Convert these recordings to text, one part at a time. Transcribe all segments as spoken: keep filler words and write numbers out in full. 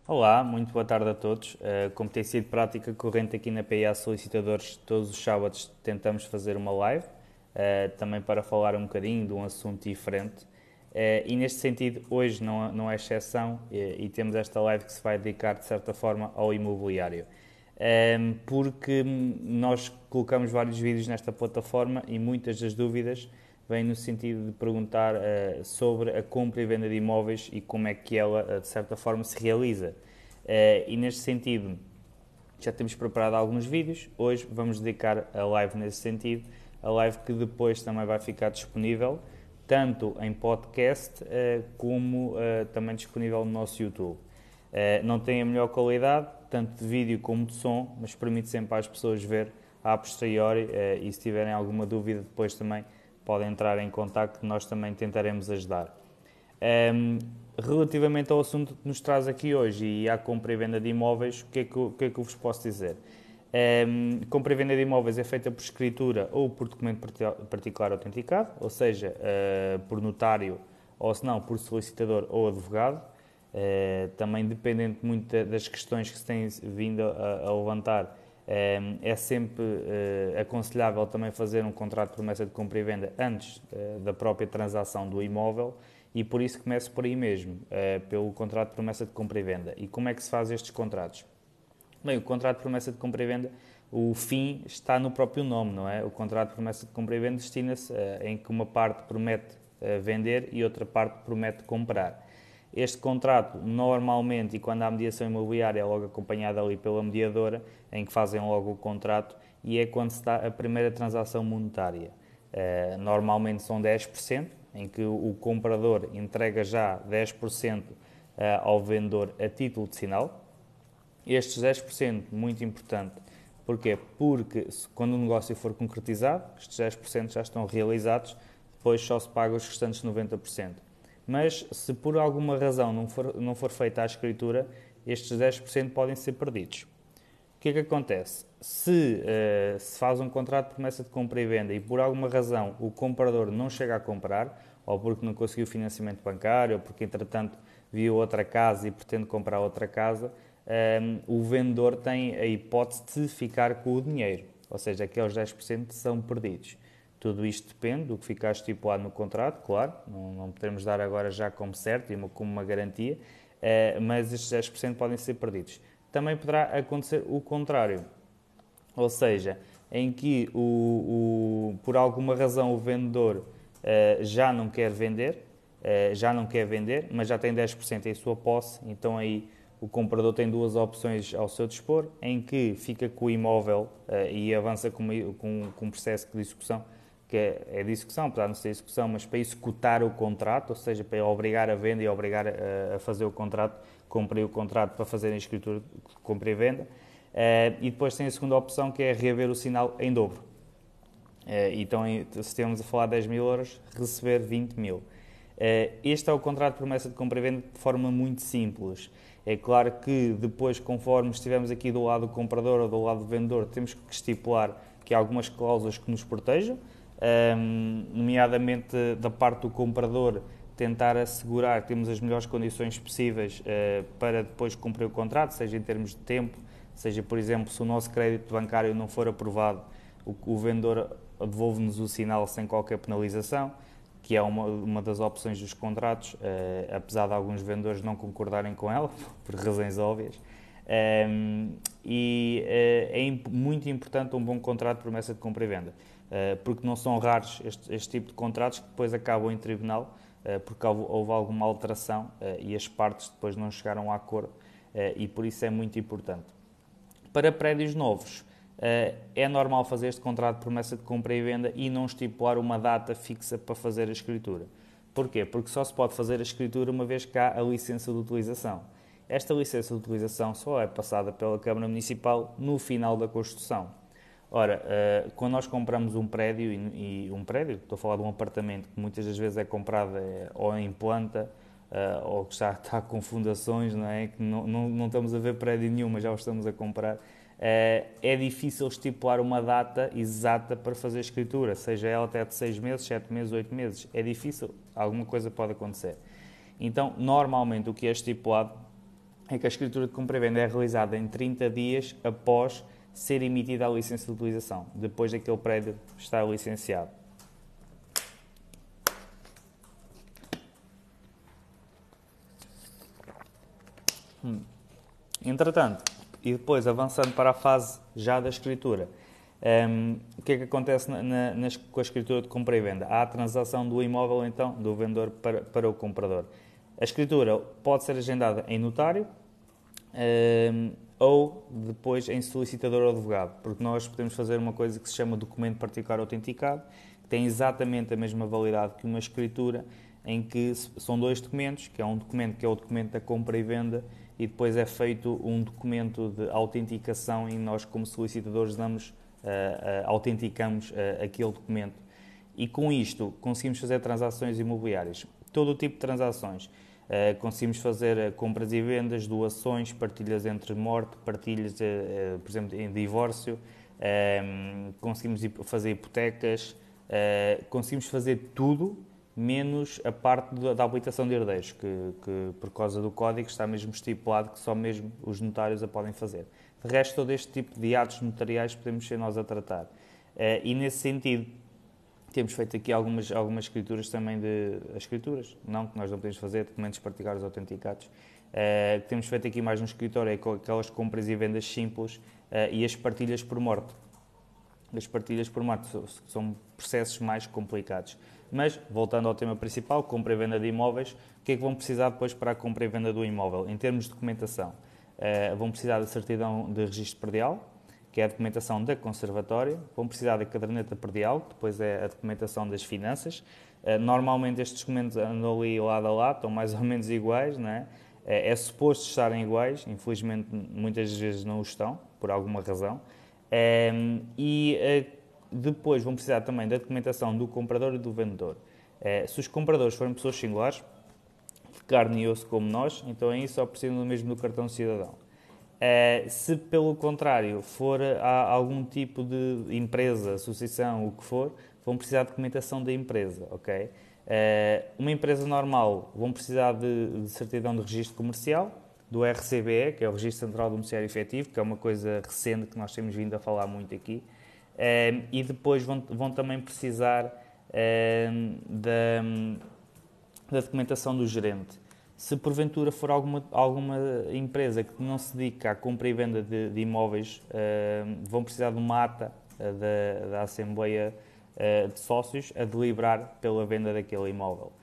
Olá, muito boa tarde a todos. Uh, como tem sido prática corrente aqui na P I A Solicitadores, todos os sábados tentamos fazer uma live, uh, também para falar um bocadinho de um assunto diferente. Uh, e neste sentido, hoje não, não é exceção e, e temos esta live que se vai dedicar, de certa forma, ao imobiliário. Um, porque nós colocamos vários vídeos nesta plataforma e muitas das dúvidas vêm no sentido de perguntar uh, sobre a compra e venda de imóveis e como é que ela, uh, de certa forma, se realiza. Uh, e neste sentido, já temos preparado alguns vídeos. Hoje vamos dedicar a live nesse sentido, a live que depois também vai ficar disponível, tanto em podcast uh, como uh, também disponível no nosso YouTube. Uh, não tem a melhor qualidade, tanto de vídeo como de som, mas permite sempre às pessoas ver a posteriori uh, e se tiverem alguma dúvida depois também podem entrar em contacto que nós também tentaremos ajudar. Um, relativamente ao assunto que nos traz aqui hoje e à compra e venda de imóveis, o que é que, o que, é que eu vos posso dizer? Um, compra e venda de imóveis é feita por escritura ou por documento particular autenticado, ou seja, uh, por notário ou se não, por solicitador ou advogado. Uh, também dependente muito das questões que se têm vindo a, a levantar, uh, é sempre uh, aconselhável também fazer um contrato de promessa de compra e venda antes uh, da própria transação do imóvel e por isso começo por aí mesmo, uh, pelo contrato de promessa de compra e venda. E como é que se faz estes contratos? Bem, o contrato de promessa de compra e venda, o fim está no próprio nome, não é? O contrato de promessa de compra e venda destina-se uh, em que uma parte promete uh, vender e outra parte promete comprar. Este contrato, normalmente, e quando há mediação imobiliária, é logo acompanhado ali pela mediadora, em que fazem logo o contrato, e é quando se dá a primeira transação monetária. Uh, normalmente são dez por cento, em que o comprador entrega já dez por cento uh, ao vendedor a título de sinal. Estes dez por cento, muito importante. Porquê? Porque quando o negócio for concretizado, estes dez por cento já estão realizados, depois só se paga os restantes noventa por cento. Mas se por alguma razão não for, não for feita a escritura, estes dez por cento podem ser perdidos. O que é que acontece? Se uh, se faz um contrato de promessa de compra e venda e por alguma razão o comprador não chega a comprar, ou porque não conseguiu financiamento bancário, ou porque entretanto viu outra casa e pretende comprar outra casa, um, o vendedor tem a hipótese de ficar com o dinheiro, ou seja, aqueles dez por cento são perdidos. Tudo isto depende do que ficar estipulado no contrato, claro, não, não podemos dar agora já como certo e como uma garantia, uh, mas estes dez por cento podem ser perdidos. Também poderá acontecer o contrário, ou seja, em que o, o, por alguma razão o vendedor uh, já não quer vender, uh, já não quer vender, mas já tem dez por cento em sua posse, então aí o comprador tem duas opções ao seu dispor, em que fica com o imóvel uh, e avança com, com, com um processo de execução, que é, é de execução, apesar de não ser execução, mas para executar o contrato, ou seja, para obrigar a venda e obrigar a, a fazer o contrato, cumprir o contrato para fazer a escritura de compra e venda. Uh, e depois tem a segunda opção, que é reaver o sinal em dobro. Uh, então, se estamos a falar de dez mil euros, receber vinte mil. Uh, este é o contrato de promessa de compra e venda de forma muito simples. É claro que depois, conforme estivermos aqui do lado do comprador ou do lado do vendedor, temos que estipular que há algumas cláusulas que nos protejam, um, nomeadamente da parte do comprador, tentar assegurar que temos as melhores condições possíveis uh, para depois cumprir o contrato, seja em termos de tempo, seja, por exemplo, se o nosso crédito bancário não for aprovado, o, o vendedor devolve-nos o sinal sem qualquer penalização, que é uma, uma das opções dos contratos, uh, apesar de alguns vendedores não concordarem com ela, por razões óbvias. Um, e uh, é imp muito importante um bom contrato de promessa de compra e venda, uh, porque não são raros este, este tipo de contratos que depois acabam em tribunal, uh, porque houve, houve alguma alteração uh, e as partes depois não chegaram a acordo, uh, e por isso é muito importante. Para prédios novos, é normal fazer este contrato de promessa de compra e venda e não estipular uma data fixa para fazer a escritura. Porquê? Porque só se pode fazer a escritura uma vez que há a licença de utilização. Esta licença de utilização só é passada pela Câmara Municipal no final da construção. Ora, quando nós compramos um prédio, e um prédio, estou a falar de um apartamento que muitas das vezes é comprado ou em planta, ou que já está com fundações, não é? Que não, não, não estamos a ver prédio nenhum, mas já o estamos a comprar. É difícil estipular uma data exata para fazer a escritura, seja ela até de seis meses, sete meses, oito meses. É difícil, alguma coisa pode acontecer. Então, normalmente, o que é estipulado é que a escritura de compra e venda é realizada em trinta dias após ser emitida a licença de utilização, depois daquele prédio estar licenciado. Hum. Entretanto, e depois avançando para a fase já da escritura, um, o que é que acontece na, na, na, com a escritura de compra e venda? Há a transação do imóvel, então, do vendedor para, para o comprador. A escritura pode ser agendada em notário um, ou depois em solicitador ou advogado, porque nós podemos fazer uma coisa que se chama documento particular autenticado, que tem exatamente a mesma validade que uma escritura, em que são dois documentos, que é um documento que é o documento da compra e venda, e depois é feito um documento de autenticação e nós, como solicitadores, damos, uh, uh, autenticamos uh, aquele documento. E com isto conseguimos fazer transações imobiliárias, todo o tipo de transações. Uh, conseguimos fazer uh, compras e vendas, doações, partilhas entre morte, partilhas, uh, uh, por exemplo, em divórcio, uh, conseguimos fazer hipotecas, uh, conseguimos fazer tudo, menos a parte da habilitação de herdeiros, que, que por causa do código está mesmo estipulado que só mesmo os notários a podem fazer. De resto, todo este tipo de atos notariais podemos ser nós a tratar. Uh, e nesse sentido, temos feito aqui algumas, algumas escrituras também de... escrituras, não que nós não podemos fazer, documentos particulares autenticados. Uh, temos feito aqui mais no escritório, é com aquelas compras e vendas simples uh, e as partilhas por morte. As partilhas por morte são processos mais complicados. Mas, voltando ao tema principal, compra e venda de imóveis, o que é que vão precisar depois para a compra e venda do imóvel? Em termos de documentação, uh, vão precisar da certidão de registro predial, que é a documentação da conservatória, vão precisar da caderneta predial, que depois é a documentação das finanças. Uh, normalmente estes documentos andam ali lado a lado, estão mais ou menos iguais, não é? Uh, é suposto estarem iguais, infelizmente muitas vezes não o estão, por alguma razão. Um, e uh, depois vão precisar também da documentação do comprador e do vendedor. Uh, se os compradores forem pessoas singulares, de carne e osso como nós, então aí só precisam mesmo do cartão de cidadão. Uh, se pelo contrário for a algum tipo de empresa, associação, o que for, vão precisar de documentação da empresa, ok? Uh, uma empresa normal vão precisar de, de certidão de registro comercial, do R C B E, que é o Registro Central do Beneficiário Efetivo, que é uma coisa recente que nós temos vindo a falar muito aqui, um, e depois vão, vão também precisar um, da, da documentação do gerente. Se porventura for alguma, alguma empresa que não se dedica à compra e venda de, de imóveis, um, vão precisar de uma ata da, da Assembleia uh, de Sócios a deliberar pela venda daquele imóvel.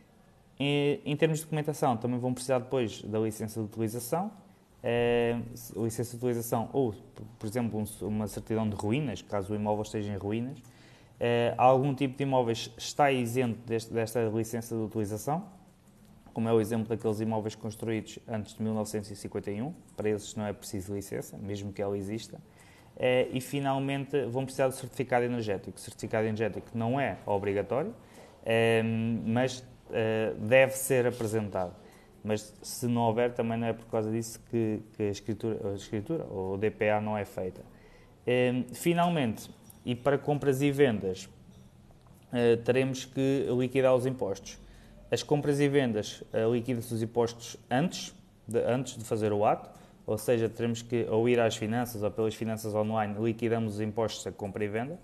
Em termos de documentação, também vão precisar depois da licença de utilização, eh, licença de utilização ou, por exemplo, um, uma certidão de ruínas, caso o imóvel esteja em ruínas. Eh, algum tipo de imóveis está isento deste, desta licença de utilização, como é o exemplo daqueles imóveis construídos antes de mil novecentos e cinquenta e um, para esses não é preciso licença, mesmo que ela exista. Eh, e, finalmente, vão precisar do certificado energético. O certificado energético não é obrigatório, eh, mas Uh, deve ser apresentado, mas se não houver também não é por causa disso que, que a, escritura, a escritura ou o D P A não é feita. Uh, finalmente, e para compras e vendas, uh, teremos que liquidar os impostos. As compras e vendas uh, liquidam-se os impostos antes de, antes de fazer o ato, ou seja, teremos que ou ir às finanças ou pelas finanças online liquidamos os impostos da compra e venda.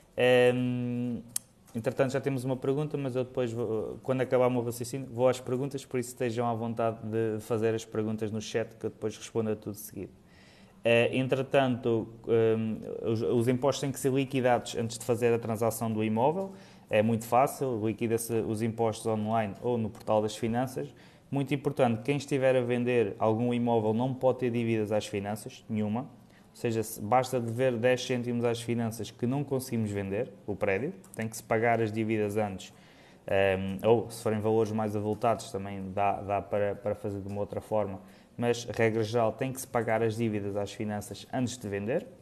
Um, Entretanto, já temos uma pergunta, mas eu depois, vou, quando acabar o meu raciocínio, vou às perguntas, por isso estejam à vontade de fazer as perguntas no chat, que eu depois respondo a tudo de seguido. Uh, entretanto, um, os, os impostos têm que ser liquidados antes de fazer a transação do imóvel. É muito fácil, liquida-se os impostos online ou no portal das finanças. Muito importante, quem estiver a vender algum imóvel não pode ter dívidas às finanças, nenhuma. Ou seja, basta dever dez cêntimos às finanças que não conseguimos vender o prédio, tem que se pagar as dívidas antes, um, ou se forem valores mais avultados também dá, dá para, para fazer de uma outra forma, mas, regra geral, tem que se pagar as dívidas às finanças antes de vender, uh,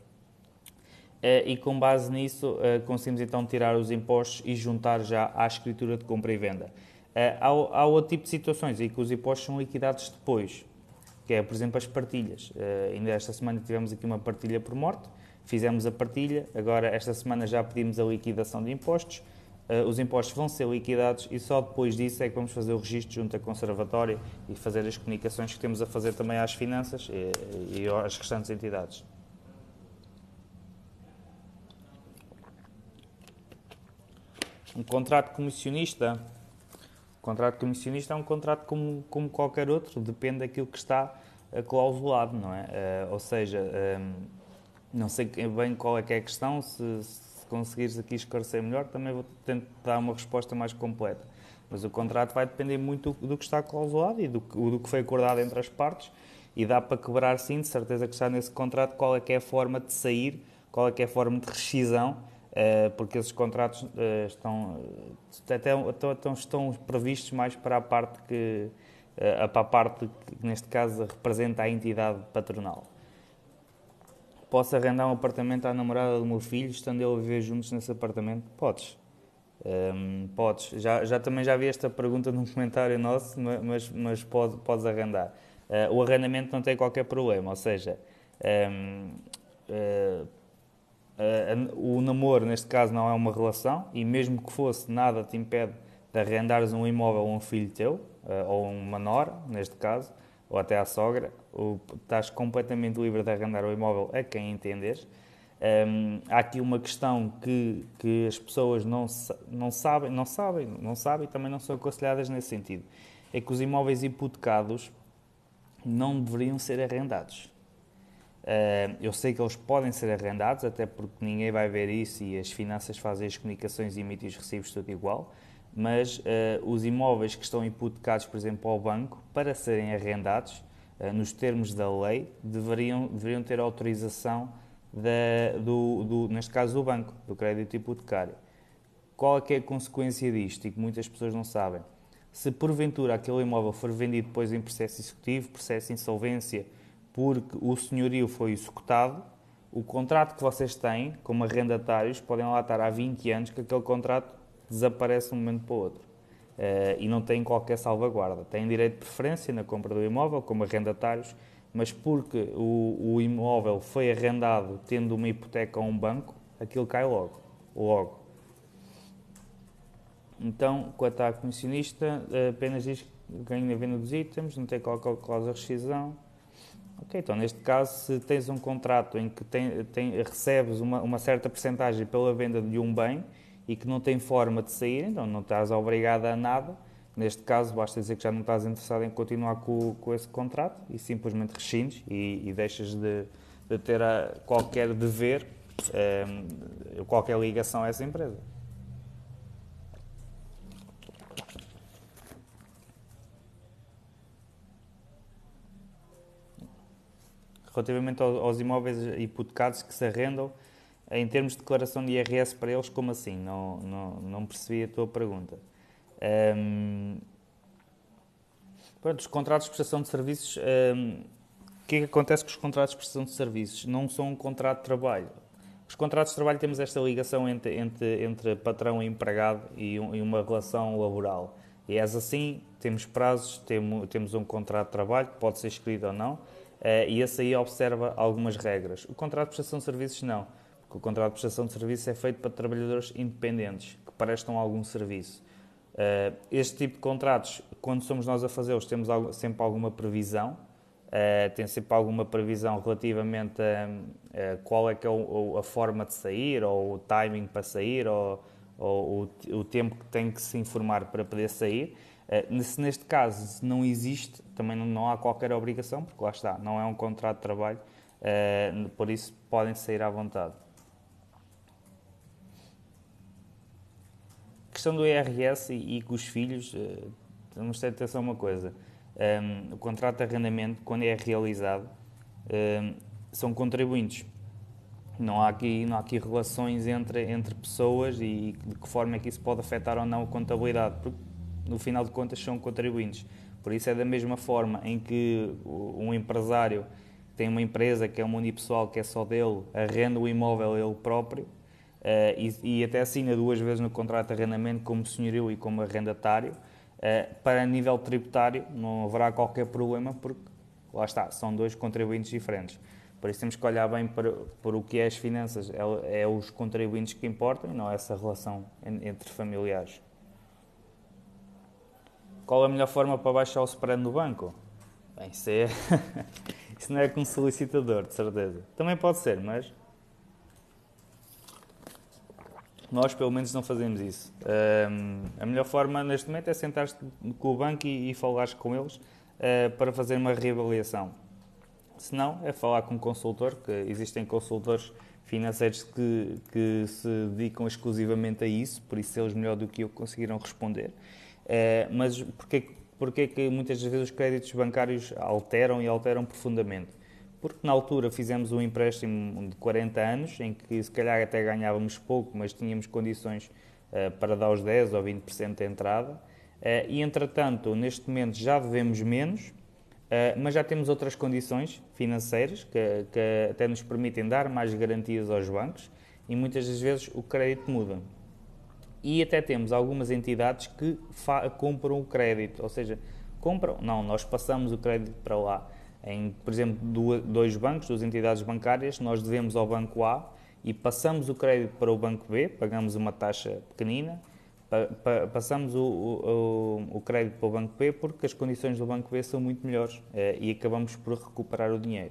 e com base nisso uh, conseguimos então tirar os impostos e juntar já à escritura de compra e venda. Uh, há, há outro tipo de situações em que os impostos são liquidados depois, que é, por exemplo, as partilhas. Uh, ainda esta semana tivemos aqui uma partilha por morte, fizemos a partilha, agora esta semana já pedimos a liquidação de impostos, uh, os impostos vão ser liquidados e só depois disso é que vamos fazer o registro junto à conservatória e fazer as comunicações que temos a fazer também às finanças e, e às restantes entidades. Um contrato comissionista, o contrato comissionista é um contrato como, como qualquer outro, depende daquilo que está clausulado, não é? Uh, ou seja, um, não sei bem qual é que é a questão, se, se conseguires aqui esclarecer melhor, também vou tentar dar uma resposta mais completa. Mas o contrato vai depender muito do, do que está clausulado e do, do que foi acordado entre as partes e dá para quebrar sim, de certeza que está nesse contrato, qual é que é a forma de sair, qual é que é a forma de rescisão, uh, porque esses contratos uh, estão, até, estão, estão previstos mais para a parte que para a parte que, neste caso, representa a entidade patronal. Posso arrendar um apartamento à namorada do meu filho, estando ele a viver juntos nesse apartamento? Podes. Um, podes. Já, já, também já vi esta pergunta num comentário nosso, mas, mas pode, podes arrendar. Uh, o arrendamento não tem qualquer problema, ou seja, um, uh, uh, o namoro, neste caso, não é uma relação, e mesmo que fosse, nada te impede de arrendares um imóvel a um filho teu, Uh, ou uma nora, neste caso, ou até à sogra, ou, estás completamente livre de arrendar o imóvel a quem entenderes. Um, há aqui uma questão que, que as pessoas não, não sabem, não sabem, não sabem e também não são aconselhadas nesse sentido. É que os imóveis hipotecados não deveriam ser arrendados. Uh, eu sei que eles podem ser arrendados, até porque ninguém vai ver isso e as finanças fazem as comunicações e emitem os recibos tudo igual. Mas uh, os imóveis que estão hipotecados, por exemplo, ao banco, para serem arrendados, uh, nos termos da lei, deveriam, deveriam ter autorização, da, do, do, neste caso, do banco, do crédito hipotecário. Qual é que é a consequência disto e que muitas pessoas não sabem? Se porventura aquele imóvel for vendido depois em processo executivo, processo de insolvência, porque o senhorio foi executado, o contrato que vocês têm como arrendatários podem lá estar há vinte anos que aquele contrato desaparece de um momento para o outro uh, e não têm qualquer salvaguarda. Têm direito de preferência na compra do imóvel como arrendatários, mas porque o, o imóvel foi arrendado tendo uma hipoteca a um banco, aquilo cai logo. logo. Então, quanto à comissionista, apenas diz que ganho na venda dos itens, não tem qualquer cláusula de rescisão. Ok, então neste caso, se tens um contrato em que tem, tem, recebes uma, uma certa percentagem pela venda de um bem, e que não tem forma de sair, então não estás obrigado a nada. Neste caso, basta dizer que já não estás interessado em continuar com, com esse contrato e simplesmente rescindes e, e deixas de, de ter a, qualquer dever, um, qualquer ligação a essa empresa. Relativamente aos imóveis hipotecados que se arrendam, em termos de declaração de I R S para eles, como assim? Não, não, não percebi a tua pergunta. Um, pronto, os contratos de prestação de serviços, um, o que é que acontece com os contratos de prestação de serviços? Não são um contrato de trabalho. Os contratos de trabalho temos esta ligação entre, entre, entre patrão e empregado e, um, e uma relação laboral. E és assim, temos prazos, temos, temos um contrato de trabalho, que pode ser escrito ou não, uh, e esse aí observa algumas regras. O contrato de prestação de serviços não. O contrato de prestação de serviço é feito para trabalhadores independentes, que prestam algum serviço. Uh, este tipo de contratos, quando somos nós a fazê-los, temos sempre alguma previsão, uh, tem sempre alguma previsão relativamente a, a qual é que é o, a forma de sair, ou o timing para sair, ou, ou o, o tempo que tem que se informar para poder sair. Uh, se neste caso não existe, também não, não há qualquer obrigação, porque lá está, não é um contrato de trabalho, uh, por isso podem sair à vontade. A questão do I R S e, e com os filhos, uh, temos de ter atenção a uma coisa. Um, o contrato de arrendamento, quando é realizado, um, são contribuintes. Não há aqui, não há aqui relações entre, entre pessoas e de que forma é que isso pode afetar ou não a contabilidade, porque no final de contas são contribuintes. Por isso é da mesma forma em que um empresário tem uma empresa que é uma unipessoal, que é só dele, arrenda o imóvel ele próprio, Uh, e, e até assina duas vezes no contrato de arrendamento como senhorio e como arrendatário, uh, para nível tributário não haverá qualquer problema porque, lá está, são dois contribuintes diferentes. Por isso temos que olhar bem para, para o que é as finanças. É, é os contribuintes que importam e não essa relação entre familiares. Qual a melhor forma para baixar o spread no banco? Bem, isso, é isso não é com um solicitador, de certeza. Também pode ser, mas nós pelo menos não fazemos isso. Um, a melhor forma neste momento é sentar-te com o banco e, e falares com eles uh, para fazer uma reavaliação. Se não, é falar com um consultor, que existem consultores financeiros que, que se dedicam exclusivamente a isso, por isso eles melhor do que eu conseguiram responder. Uh, mas porquê, porquê que muitas vezes os créditos bancários alteram e alteram profundamente? Porque na altura fizemos um empréstimo de quarenta anos, em que se calhar até ganhávamos pouco, mas tínhamos condições uh, para dar os dez por cento ou vinte por cento de entrada. Uh, e entretanto, neste momento já devemos menos, Uh, mas já temos outras condições financeiras que, que até nos permitem dar mais garantias aos bancos e muitas das vezes o crédito muda. E até temos algumas entidades que compram o crédito, ou seja, compram, não, nós passamos o crédito para lá. Em, por exemplo, dois bancos, duas entidades bancárias, nós devemos ao banco A e passamos o crédito para o banco B, pagamos uma taxa pequenina, passamos o, o, o crédito para o banco B porque as condições do banco B são muito melhores eh, e acabamos por recuperar o dinheiro.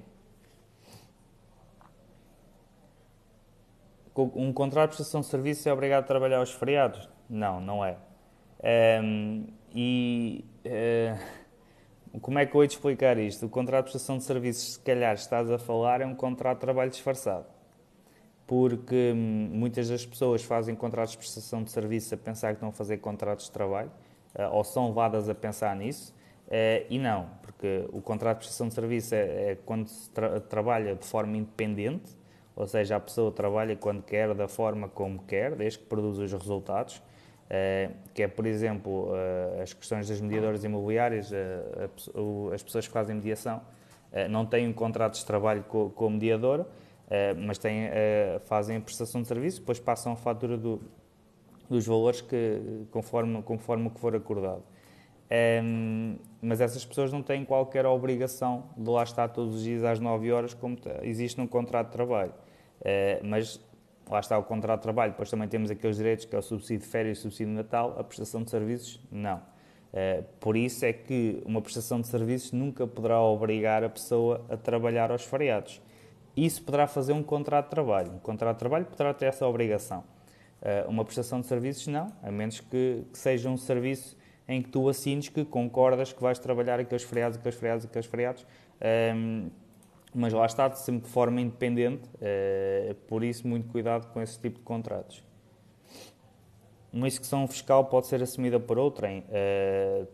Um contrato de prestação de serviço é obrigado a trabalhar aos feriados? Não, não é. Um, e uh, como é que eu hei de explicar isto? O contrato de prestação de serviços, se calhar estás a falar, é um contrato de trabalho disfarçado. Porque muitas das pessoas fazem contratos de prestação de serviço a pensar que estão a fazer contratos de trabalho, ou são levadas a pensar nisso, e não, porque o contrato de prestação de serviço é, é quando se tra trabalha de forma independente, ou seja, a pessoa trabalha quando quer, da forma como quer, desde que produz os resultados, que é, por exemplo, as questões das mediadoras imobiliárias, as pessoas que fazem mediação não têm um contrato de trabalho com a mediadora, Uh, mas têm, uh, fazem a prestação de serviço, depois passam a fatura do, dos valores que, conforme, conforme o que for acordado. Um, mas essas pessoas não têm qualquer obrigação de lá estar todos os dias às nove horas, como existe num contrato de trabalho. Uh, mas lá está o contrato de trabalho, depois também temos aqueles direitos que é o subsídio de férias e o subsídio de Natal, a prestação de serviços, não. Uh, por isso é que uma prestação de serviços nunca poderá obrigar a pessoa a trabalhar aos feriados. Isso poderá fazer um contrato de trabalho. Um contrato de trabalho poderá ter essa obrigação. Uh, uma prestação de serviços, não, a menos que, que seja um serviço em que tu assines que concordas que vais trabalhar aqueles feriados, aqueles feriados, aqueles feriados, um, mas lá está, sempre de forma independente, uh, por isso muito cuidado com esse tipo de contratos. Uma execução fiscal pode ser assumida por outrem. Uh,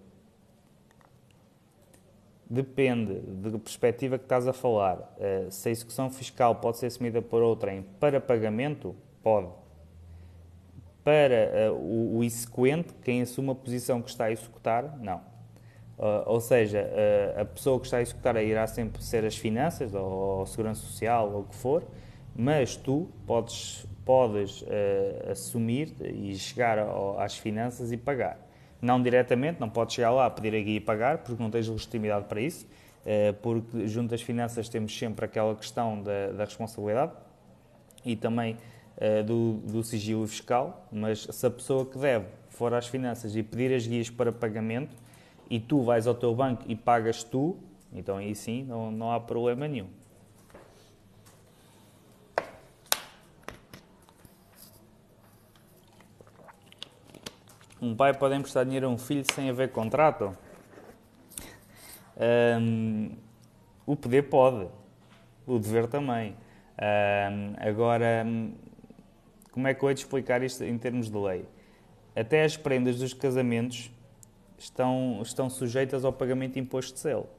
Depende da perspectiva que estás a falar. Uh, se a execução fiscal pode ser assumida por outrem para pagamento, pode. Para uh, o, o exequente, quem assume a posição que está a executar, não. Uh, ou seja, uh, a pessoa que está a executar irá sempre ser as finanças, ou, ou a segurança social, ou o que for, mas tu podes, podes uh, assumir e chegar ao, às finanças e pagar. Não diretamente, não podes chegar lá a pedir a guia e pagar, porque não tens legitimidade para isso, porque junto às finanças temos sempre aquela questão da, da responsabilidade e também do, do sigilo fiscal, mas se a pessoa que deve for às finanças e pedir as guias para pagamento e tu vais ao teu banco e pagas tu, então aí sim não, não há problema nenhum. Um pai pode emprestar dinheiro a um filho sem haver contrato? Um, o poder pode, o dever também. Um, agora, como é que eu hei de explicar isto em termos de lei? Até as prendas dos casamentos estão, estão sujeitas ao pagamento de imposto de selo.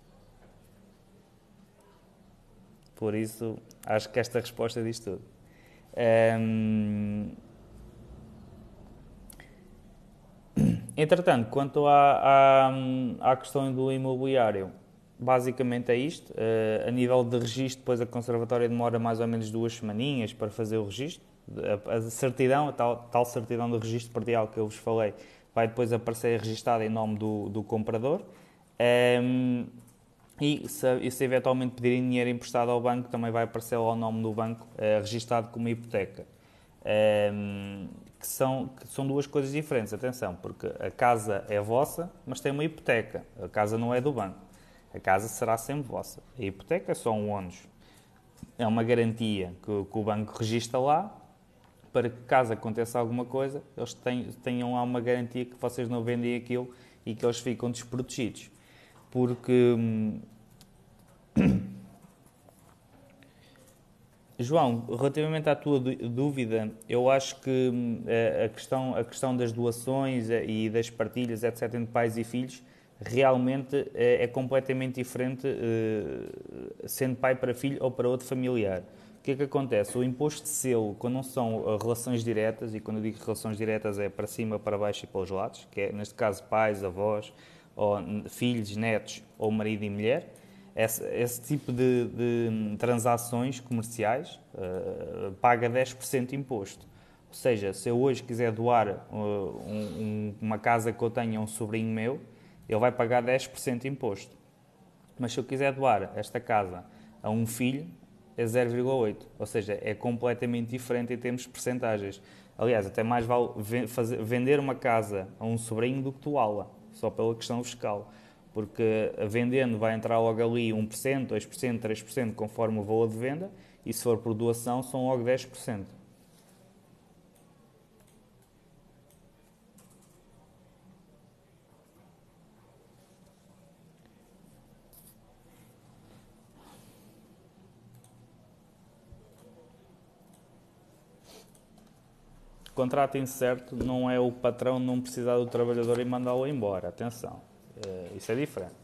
Por isso, acho que esta resposta diz tudo. Um, Entretanto, quanto à, à, à questão do imobiliário, basicamente é isto. Uh, a nível de registro, depois a conservatória demora mais ou menos duas semaninhas para fazer o registro. A, a certidão, a tal, tal certidão do registro predial que eu vos falei, vai depois aparecer registada em nome do, do comprador. Um, E se, e se eventualmente pedirem dinheiro emprestado ao banco, também vai aparecer lá o nome do banco eh, registado como hipoteca. Ehm, que, são, que são duas coisas diferentes, atenção, porque a casa é vossa, mas tem uma hipoteca. A casa não é do banco. A casa será sempre vossa. A hipoteca é só um ónus. É uma garantia que, que o banco registra lá, para que caso aconteça alguma coisa, eles tenham lá uma garantia que vocês não vendem aquilo e que eles ficam desprotegidos. Porque, hum, João, relativamente à tua dúvida, eu acho que hum, a questão, a questão das doações e das partilhas, etcétera, entre pais e filhos, realmente é, é completamente diferente uh, sendo pai para filho ou para outro familiar. O que é que acontece? O imposto de selo, quando não são relações diretas, e quando eu digo relações diretas é para cima, para baixo e para os lados, que é neste caso pais, avós, ou filhos, netos ou marido e mulher, esse, esse tipo de, de transações comerciais uh, paga dez por cento de imposto. Ou seja, se eu hoje quiser doar uh, um, uma casa que eu tenho a um sobrinho meu, ele vai pagar dez por cento de imposto. Mas se eu quiser doar esta casa a um filho, é zero vírgula oito por cento. Ou seja, é completamente diferente em termos de percentagens. Aliás, até mais vale vender uma casa a um sobrinho do que doá-la, só pela questão fiscal. Porque vendendo vai entrar logo ali um por cento, dois por cento, três por cento, conforme o valor de venda, e se for por doação são logo dez por cento. Contrato incerto não é o patrão não precisar do trabalhador e mandá-lo embora. Atenção, isso é diferente.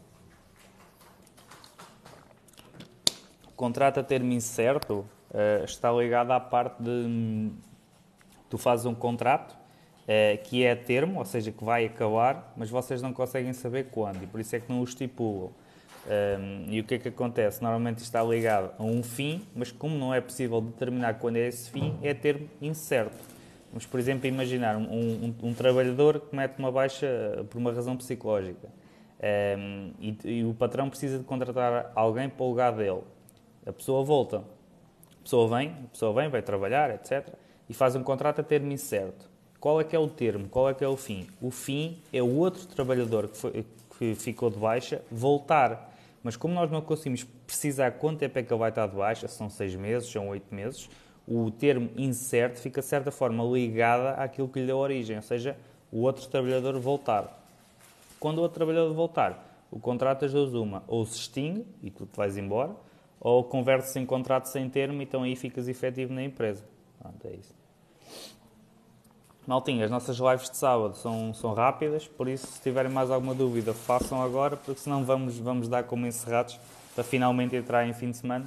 O contrato a termo incerto está ligado à parte de tu fazes um contrato que é a termo, ou seja, que vai acabar, mas vocês não conseguem saber quando e por isso é que não o estipulam. Um, e o que é que acontece? Normalmente está ligado a um fim, mas como não é possível determinar quando é esse fim, é termo incerto. Vamos, por exemplo, imaginar um, um, um trabalhador que mete uma baixa por uma razão psicológica um, e, e o patrão precisa de contratar alguém para o lugar dele. A pessoa volta, a pessoa vem, a pessoa vem, vai trabalhar, etcétera. E faz um contrato a termo incerto. Qual é que é o termo? Qual é que é o fim? O fim é o outro trabalhador que, foi, que ficou de baixa voltar. Mas como nós não conseguimos precisar quanto tempo é que ele vai estar de baixa, são seis meses, são oito meses, o termo incerto fica de certa forma ligado àquilo que lhe deu origem, ou seja, o outro trabalhador voltar. Quando o outro trabalhador voltar, o contrato das duas uma, ou se extingue e tu te vais embora, ou converte-se em contrato sem termo e então aí ficas efetivo na empresa. Pronto, é isso. Maltinha, as nossas lives de sábado são, são rápidas, por isso se tiverem mais alguma dúvida façam agora, porque senão vamos, vamos dar como encerrados para finalmente entrar em fim de semana.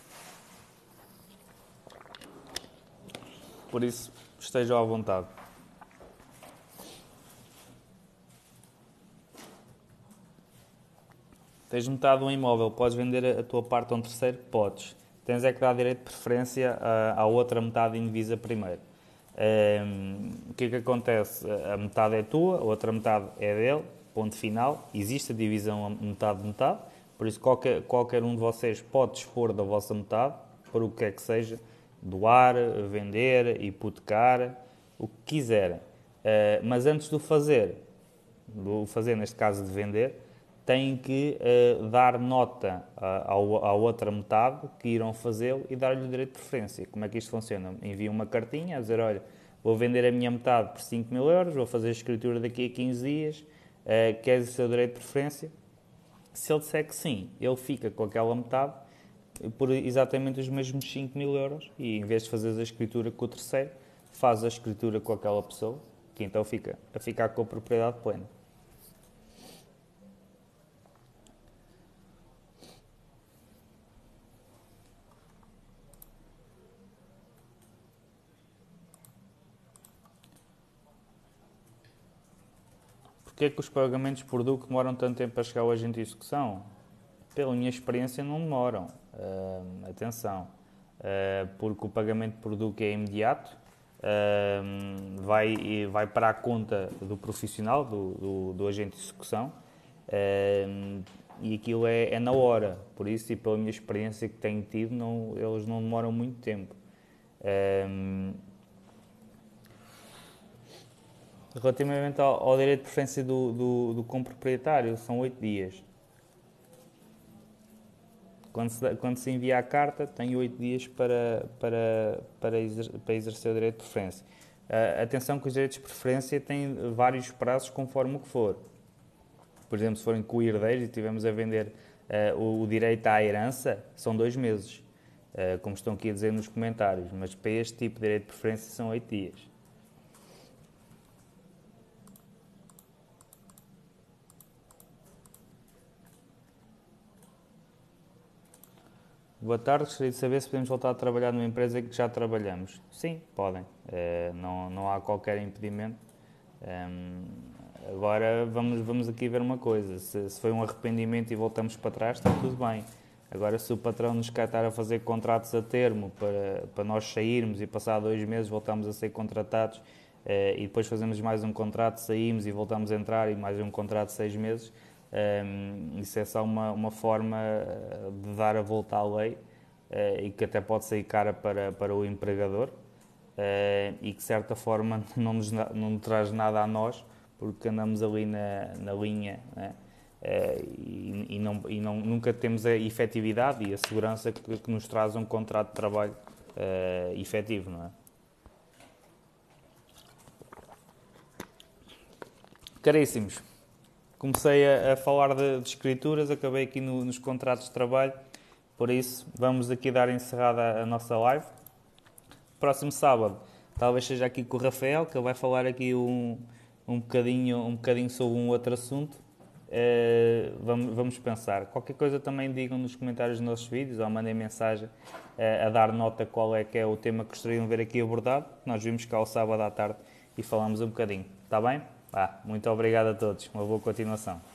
Por isso, estejam à vontade. Tens metade de um imóvel, podes vender a tua parte a um terceiro? Podes. Tens é que dar direito de preferência à outra metade indivisa primeiro. Um, o que é que acontece? A metade é tua, a outra metade é dele, ponto final. Existe a divisão metade-metade, por isso qualquer, qualquer um de vocês pode dispor da vossa metade, para o que é que seja, doar, vender, hipotecar, o que quiserem. Uh, mas antes do fazer, do fazer neste caso de vender, têm que uh, dar nota uh, à outra metade que irão fazê-lo e dar-lhe o direito de preferência. Como é que isto funciona? Enviam uma cartinha a dizer, olha, vou vender a minha metade por cinco mil euros, vou fazer a escritura daqui a quinze dias, uh, queres o seu direito de preferência? Se ele disser que sim, ele fica com aquela metade por exatamente os mesmos cinco mil euros e em vez de fazer a escritura com o terceiro, faz a escritura com aquela pessoa, que então fica a ficar com a propriedade plena. Porquê é que os pagamentos por D U C demoram tanto tempo a chegar hoje em execução? Pela minha experiência, não demoram. Uh, atenção, uh, porque o pagamento por D U C é imediato, uh, vai, vai para a conta do profissional, do, do, do agente de execução. Uh, e aquilo é, é na hora. Por isso, e pela minha experiência que tenho tido, não, eles não demoram muito tempo. Um, relativamente ao, ao direito de preferência do, do, do comproprietário, são oito dias. Quando se, quando se envia a carta, tem oito dias para, para, para, exer, para exercer o direito de preferência. Uh, atenção que os direitos de preferência têm vários prazos conforme o que for. Por exemplo, se forem co-herdeiros e estivermos a vender uh, o, o direito à herança, são dois meses, uh, como estão aqui a dizer nos comentários. Mas para este tipo de direito de preferência são oito dias. Boa tarde, gostaria de saber se podemos voltar a trabalhar numa empresa que já trabalhamos. Sim, podem. Uh, não, não há qualquer impedimento. Um, agora vamos, vamos aqui ver uma coisa. Se, se foi um arrependimento e voltamos para trás, está tudo bem. Agora, se o patrão nos quer estar a fazer contratos a termo para, para nós sairmos e passar dois meses voltamos a ser contratados uh, e depois fazemos mais um contrato, saímos e voltamos a entrar e mais um contrato de seis meses, um, isso é só uma, uma forma de dar a volta à lei uh, e que até pode sair cara para, para o empregador. Uh, e que de certa forma não nos, não nos traz nada a nós, porque andamos ali na, na linha, né? uh, e, e, não, e não, nunca temos a efetividade e a segurança que, que nos traz um contrato de trabalho uh, efetivo, não é? Caríssimos, comecei a, a falar de, de escrituras, acabei aqui no, nos contratos de trabalho, por isso vamos aqui dar encerrada a nossa live. Próximo sábado, talvez seja aqui com o Rafael, que ele vai falar aqui um, um, bocadinho, um bocadinho sobre um outro assunto. Uh, vamos, vamos pensar. Qualquer coisa também digam nos comentários dos nossos vídeos ou mandem mensagem uh, a dar nota qual é que é o tema que gostariam de ver aqui abordado. Nós vimos cá ao sábado à tarde e falamos um bocadinho. Está bem? Ah, muito obrigado a todos. Uma boa continuação.